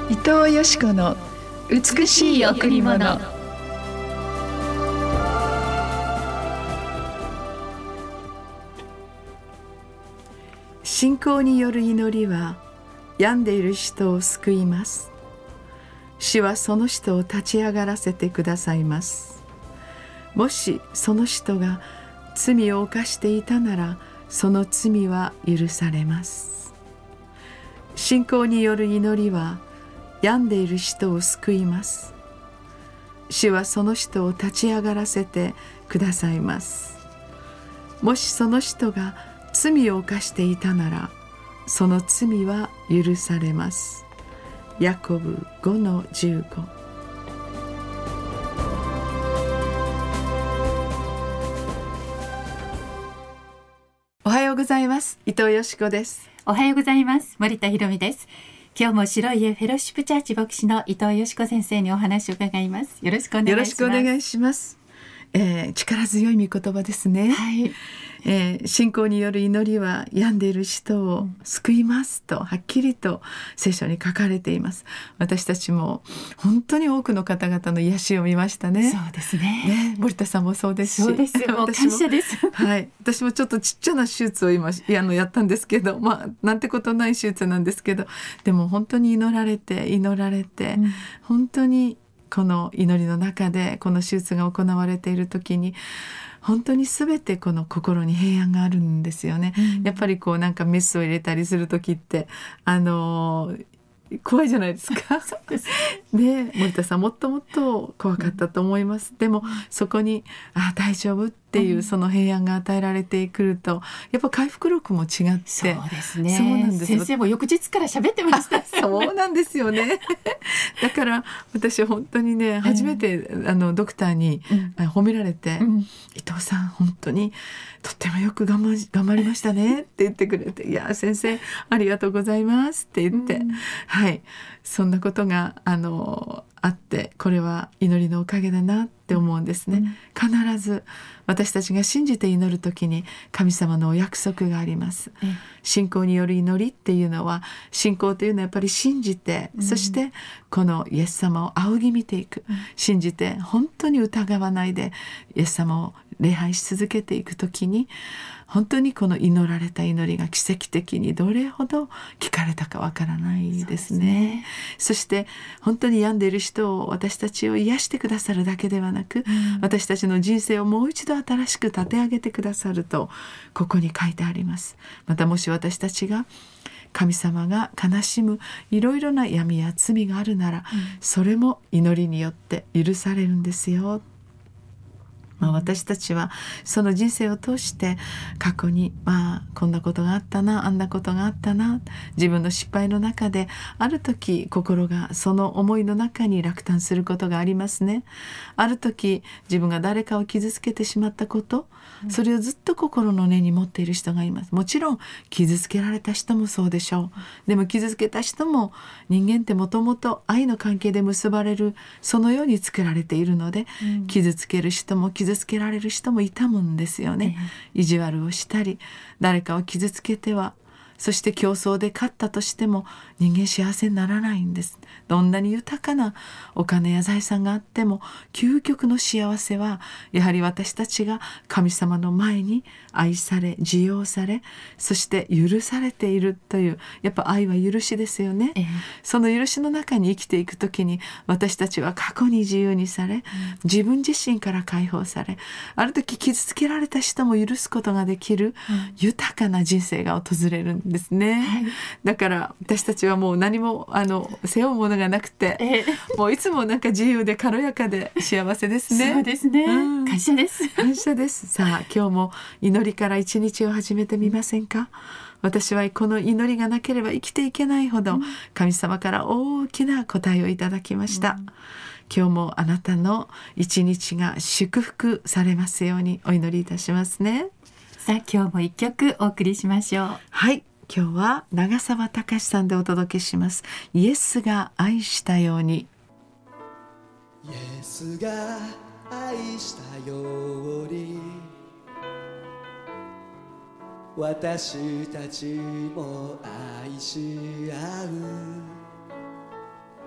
伊藤よし子の美しい贈り物。信仰による祈りは病んでいる人を救います。主はその人を立ち上がらせてくださいます。もしその人が罪を犯していたなら、その罪は許されます。信仰による祈りは病んでいる人を救います。主はその人を立ち上がらせてくださいます。もしその人が罪を犯していたなら、その罪は許されます。ヤコブ 5-15。 おはようございます。伊藤よし子です。 おはようございます。森田ひろみです。今日も白い家フェローシップチャーチ牧師の伊藤よし子先生にお話を伺います。よろしくお願いします。 よろしくお願いします。力強い御言葉ですね。 はい。 信仰による祈りは病んでいる人を救いますとはっきりと聖書に書かれています。私たちも本当に多くの方々の癒しを見ましたね。 そうですね。 森田さんもそうですし。 そうですよ。もう感謝です。 はい。私もちょっとちっちゃな手術を今やったんですけど、なんてことない手術なんですけど、でも本当に祈られて、本当にこの祈りの中でこの手術が行われている時に本当に全てこの心に平安があるんですよね。やっぱりなんかメスを入れたりする時って怖いじゃないですか。 そうですね、森田さんもっともっと怖かったと思います。でもそこに大丈夫っていうその平安が与えられてくると、やっぱ回復力も違って。 そうですね。 そうなんですよ。 先生も翌日から喋ってました。 そうなんですよね。だから私本当にね、初めてドクターに褒められて、伊藤さん本当にとってもよく頑張りましたねって言ってくれて、いや先生ありがとうございますって言って、はい、そんなことがあって、これは祈りのおかげだなって思うんですね。必ず私たちが信じて祈るときに神様のお約束があります。信仰による祈りっていうのは、信仰というのはやっぱり信じて、そしてこのイエス様を仰ぎ見ていく、信じて本当に疑わないでイエス様を礼拝し続けていくときに、本当にこの祈られた祈りが奇跡的にどれほど聞かれたかわからないですね。そして本当に病んでいる人を、私たちを癒してくださるだけではなく、私たちの人生をもう一度新しく立て上げてくださるとここに書いてあります。またもし私たちが神様が悲しむいろいろな闇や罪があるなら、それも祈りによって許されるんですよ。私たちはその人生を通して過去にこんなことがあったな、あんなことがあったな、自分の失敗の中である時心がその思いの中に落胆することがありますね。ある時自分が誰かを傷つけてしまったこと、それをずっと心の根に持っている人がいます。もちろん傷つけられた人もそうでしょう。でも傷つけた人も、人間ってもともと愛の関係で結ばれる、そのように作られているので、傷つける人も傷つけられる人もいたもんですよね。意地悪をしたり、誰かを傷つけては、そして競争で勝ったとしても人間幸せにならないんです。どんなに豊かなお金や財産があっても、究極の幸せはやはり私たちが神様の前に愛され、受容され、そして許されているという、やっぱ愛は許しですよね。その許しの中に生きていくときに、私たちは過去に自由にされ、自分自身から解放され、ある時傷つけられた人も許すことができる豊かな人生が訪れるんですね。だから私たちはもう何も背負うものがなくて、もういつもなんか自由で軽やかで幸せですね。 そうですね。感謝です。 感謝です。さあ今日も祈りから一日を始めてみませんか。私はこの祈りがなければ生きていけないほど神様から大きな答えをいただきました。今日もあなたの一日が祝福されますようにお祈りいたしますね。 さあ今日も一曲お送りしましょう。 はい、今日は長澤隆さんでお届けします。イエスが愛したように。 イエスが愛したように、私たちも愛し合う。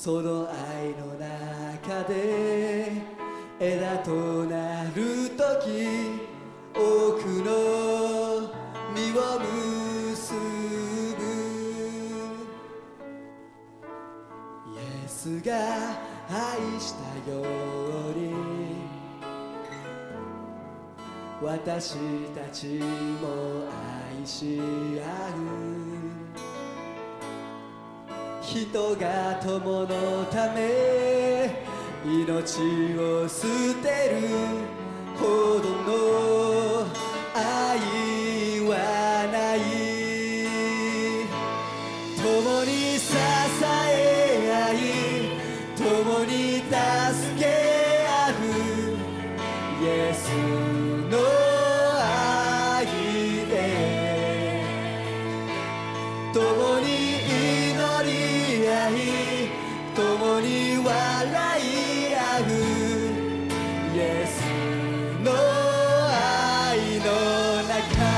その愛の中で枝となるとき多くの実を結ぶ。イエスが愛したように私たちも愛し合う。人が友のため命を捨てるほどの愛はない。共に支え合い共に助け合うイエスの愛で共に祈り合い共に笑い合うイエスの愛の中。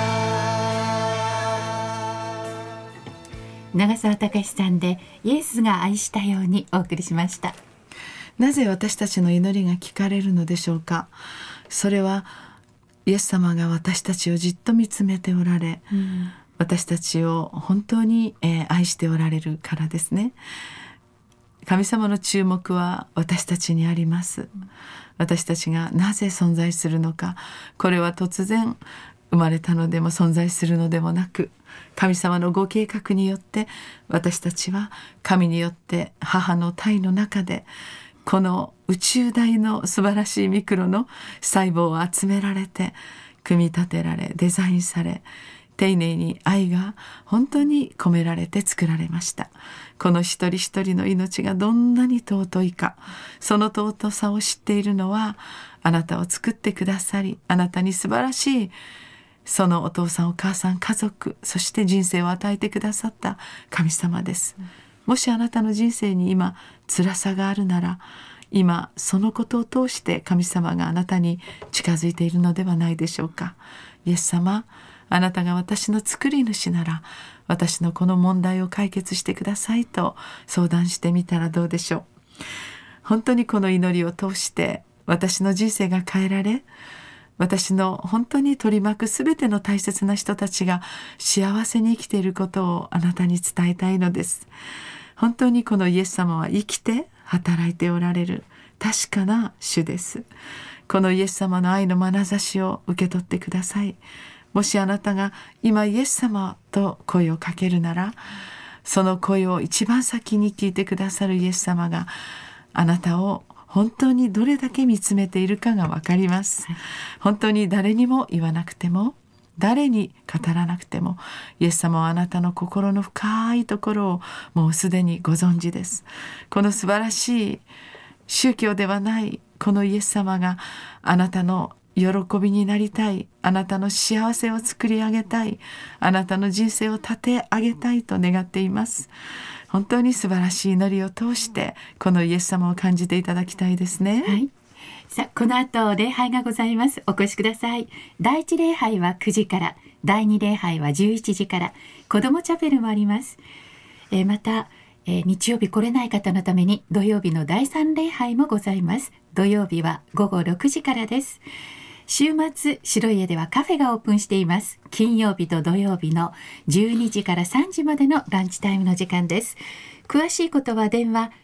長澤隆さんでイエスが愛したようにお送りしました。 なぜ私たちの祈りが聞かれるのでしょうか。それはイエス様が私たちをじっと見つめておられ、私たちを本当に愛しておられるからですね。神様の注目は私たちにあります。私たちがなぜ存在するのか、これは突然生まれたのでも存在するのでもなく、神様のご計画によって私たちは神によって母の胎の中でこの宇宙大の素晴らしいミクロの細胞を集められて組み立てられデザインされ、丁寧に愛が本当に込められて作られました。この一人一人の命がどんなに尊いか、その尊さを知っているのはあなたを作ってくださり、あなたに素晴らしいそのお父さんお母さん家族、そして人生を与えてくださった神様です。もしあなたの人生に今辛さがあるなら、今そのことを通して神様があなたに近づいているのではないでしょうか。イエス様、あなたが私の作り主なら私のこの問題を解決してくださいと相談してみたらどうでしょう。本当にこの祈りを通して私の人生が変えられ、私の本当に取り巻くすべての大切な人たちが幸せに生きていることをあなたに伝えたいのです。本当にこのイエス様は生きて働いておられる確かな主です。このイエス様の愛の眼差しを受け取ってください。もしあなたが今イエス様と声をかけるなら、その声を一番先に聞いてくださるイエス様があなたを本当にどれだけ見つめているかがわかります。本当に誰にも言わなくても誰に語らなくてもイエス様はあなたの心の深いところをもうすでにご存知です。この素晴らしい宗教ではないこのイエス様があなたの喜びになりたい、あなたの幸せを作り上げたい、あなたの人生を立て上げたいと願っています。本当に素晴らしい祈りを通してこのイエス様を感じていただきたいですね。 はい、さあこの後礼拝がございます。お越しください。第一礼拝は9時から、第二礼拝は11時から、子どもチャペルもあります。また、日曜日来れない方のために土曜日の第3礼拝もございます。土曜日は午後6時からです。週末白い家ではカフェがオープンしています。金曜日と土曜日の12時から3時までのランチタイムの時間です。詳しいことは電話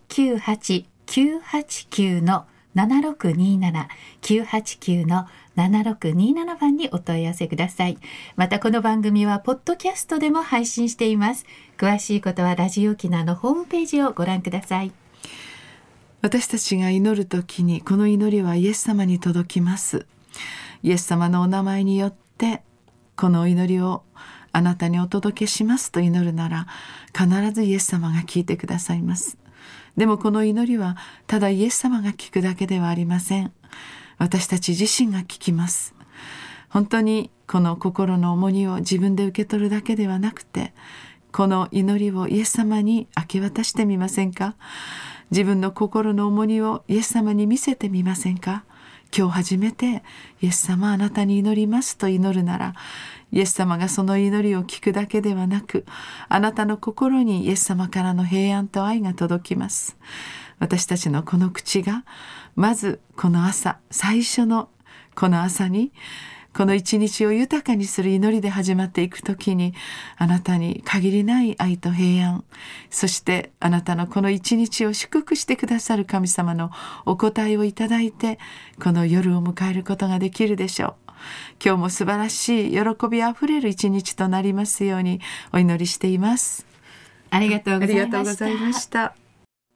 098-989-7627 989-7627番にお問い合わせください。またこの番組はポッドキャストでも配信しています。詳しいことはラジオ沖縄のホームページをご覧ください。 私たちが祈るときにこの祈りはイエス様に届きます。イエス様のお名前によってこの祈りをあなたにお届けしますと祈るなら必ずイエス様が聞いてくださいます。でもこの祈りはただイエス様が聞くだけではありません。私たち自身が聞きます。本当にこの心の重荷を自分で受け取るだけではなくて、この祈りをイエス様に明け渡してみませんか。自分の心の重荷をイエス様に見せてみませんか。 今日初めてイエス様あなたに祈りますと祈るなら、イエス様がその祈りを聞くだけではなく、あなたの心にイエス様からの平安と愛が届きます。私たちのこの口がまずこの朝、最初のこの朝にこの一日を豊かにする祈りで始まっていくときに、あなたに限りない愛と平安、そしてあなたのこの一日を祝福してくださる神様のお答えをいただいて、この夜を迎えることができるでしょう。今日も素晴らしい喜びあふれる一日となりますようにお祈りしています。 ありがとうございました。 ありがとうございました。